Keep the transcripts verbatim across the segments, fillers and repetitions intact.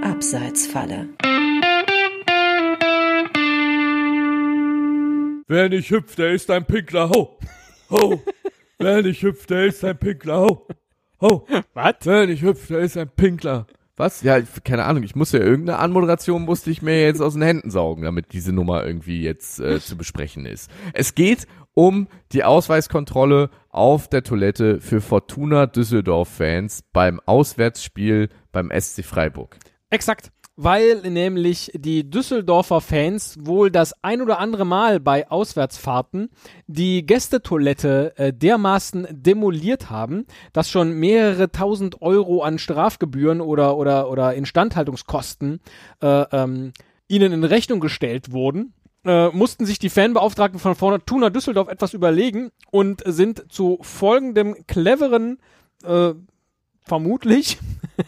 Abseitsfalle. Wer nicht hüpft, der ist ein Pinkler. Ho! Ho! Wer nicht hüpft, der ist ein Pinkler. Ho! Ho! Was? Wer nicht hüpft, der ist ein Pinkler. Was? Ja, ich, keine Ahnung, ich muss ja irgendeine Anmoderation musste ich mir jetzt aus den Händen saugen, damit diese Nummer irgendwie jetzt äh, zu besprechen ist. Es geht um die Ausweiskontrolle auf der Toilette für Fortuna Düsseldorf-Fans beim Auswärtsspiel beim S C Freiburg. Exakt. Weil nämlich die Düsseldorfer Fans wohl das ein oder andere Mal bei Auswärtsfahrten die Gästetoilette äh, dermaßen demoliert haben, dass schon mehrere tausend Euro an Strafgebühren oder oder oder Instandhaltungskosten äh, ähm, ihnen in Rechnung gestellt wurden. Äh, mussten sich die Fanbeauftragten von Fortuna Düsseldorf etwas überlegen und sind zu folgendem cleveren, äh, vermutlich,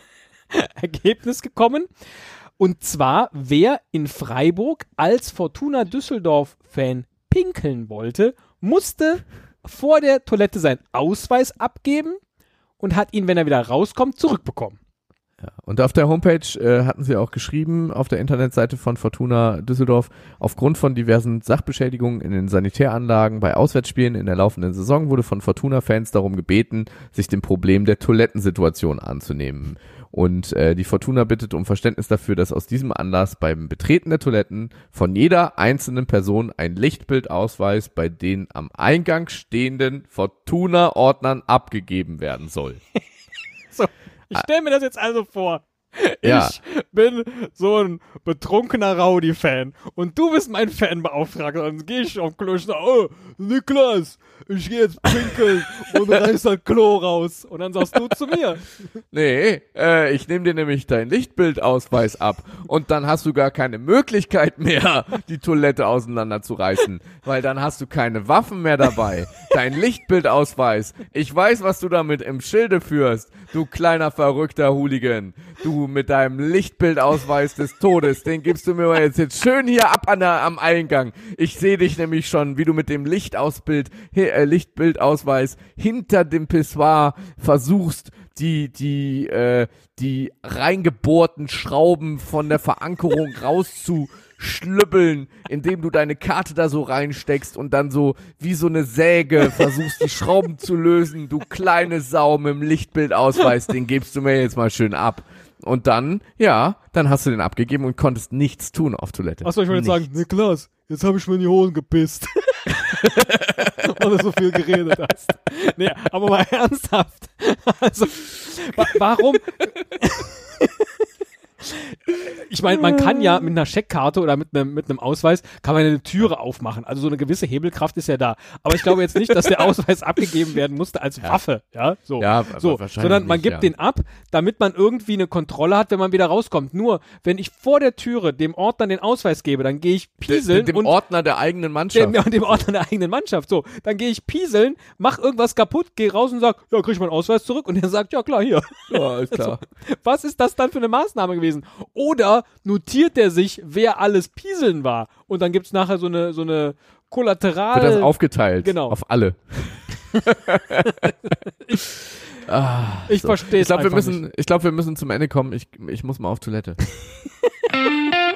Ergebnis gekommen. Und zwar, wer in Freiburg als Fortuna Düsseldorf-Fan pinkeln wollte, musste vor der Toilette seinen Ausweis abgeben und hat ihn, wenn er wieder rauskommt, zurückbekommen. Ja, und auf der Homepage äh, hatten sie auch geschrieben, auf der Internetseite von Fortuna Düsseldorf, aufgrund von diversen Sachbeschädigungen in den Sanitäranlagen bei Auswärtsspielen in der laufenden Saison wurde von Fortuna-Fans darum gebeten, sich dem Problem der Toilettensituation anzunehmen. Und äh, die Fortuna bittet um Verständnis dafür, dass aus diesem Anlass beim Betreten der Toiletten von jeder einzelnen Person ein Lichtbildausweis bei den am Eingang stehenden Fortuna-Ordnern abgegeben werden soll. So, ich stelle mir das jetzt also vor. Ja. Ich bin so ein betrunkener Rowdy-Fan und du bist mein Fanbeauftragter. Dann gehe ich auf Klo und sage, oh, Niklas, ich gehe jetzt pinkeln und reiß das Klo raus. Und dann sagst du zu mir. Nee, äh, ich nehme dir nämlich deinen Lichtbildausweis ab und dann hast du gar keine Möglichkeit mehr, die Toilette auseinanderzureißen, weil dann hast du keine Waffen mehr dabei. Dein Lichtbildausweis, ich weiß, was du damit im Schilde führst, du kleiner verrückter Hooligan. Du mit deinem Lichtbildausweis des Todes, den gibst du mir jetzt, jetzt schön hier ab an der, am Eingang. Ich sehe dich nämlich schon, wie du mit dem Lichtausbild, äh, Lichtbildausweis hinter dem Pissoir versuchst, die, die, äh, die reingebohrten Schrauben von der Verankerung rauszuschlüppeln, indem du deine Karte da so reinsteckst und dann so wie so eine Säge versuchst, die Schrauben zu lösen. Du kleine Sau mit dem Lichtbildausweis, den gibst du mir jetzt mal schön ab. Und dann, ja, dann hast du den abgegeben und konntest nichts tun auf Toilette. Achso, ich wollte jetzt sagen, Niklas, jetzt habe ich mir in die Hosen gepisst. Weil du so viel geredet hast. Nee, aber mal ernsthaft. Also, wa- warum? Ich meine, man kann ja mit einer Scheckkarte oder mit einem mit einem Ausweis kann man eine Türe aufmachen. Also so eine gewisse Hebelkraft ist ja da. Aber ich glaube jetzt nicht, dass der Ausweis abgegeben werden musste als Ja. Waffe, ja, so, Ja, so, wahrscheinlich sondern man nicht, gibt ja. den ab, damit man irgendwie eine Kontrolle hat, wenn man wieder rauskommt. Nur wenn ich vor der Türe dem Ordner den Ausweis gebe, dann gehe ich pieseln dem und Ordner der eigenen Mannschaft. dem, dem Ordner der eigenen Mannschaft. So, dann gehe ich pieseln, mach irgendwas kaputt, gehe raus und sag, ja, krieg ich meinen Ausweis zurück. Und der sagt, ja klar, hier. Ja, alles klar. So, was ist das dann für eine Maßnahme gewesen? Oder notiert der sich, wer alles pieseln war? Und dann gibt's nachher so eine, so eine Kollateral... Wird das aufgeteilt Genau. auf alle. ah, Ich so. verstehe Ich es glaube, wir einfach müssen, nicht. ich glaube, wir müssen zum Ende kommen. Ich, ich muss mal auf Toilette.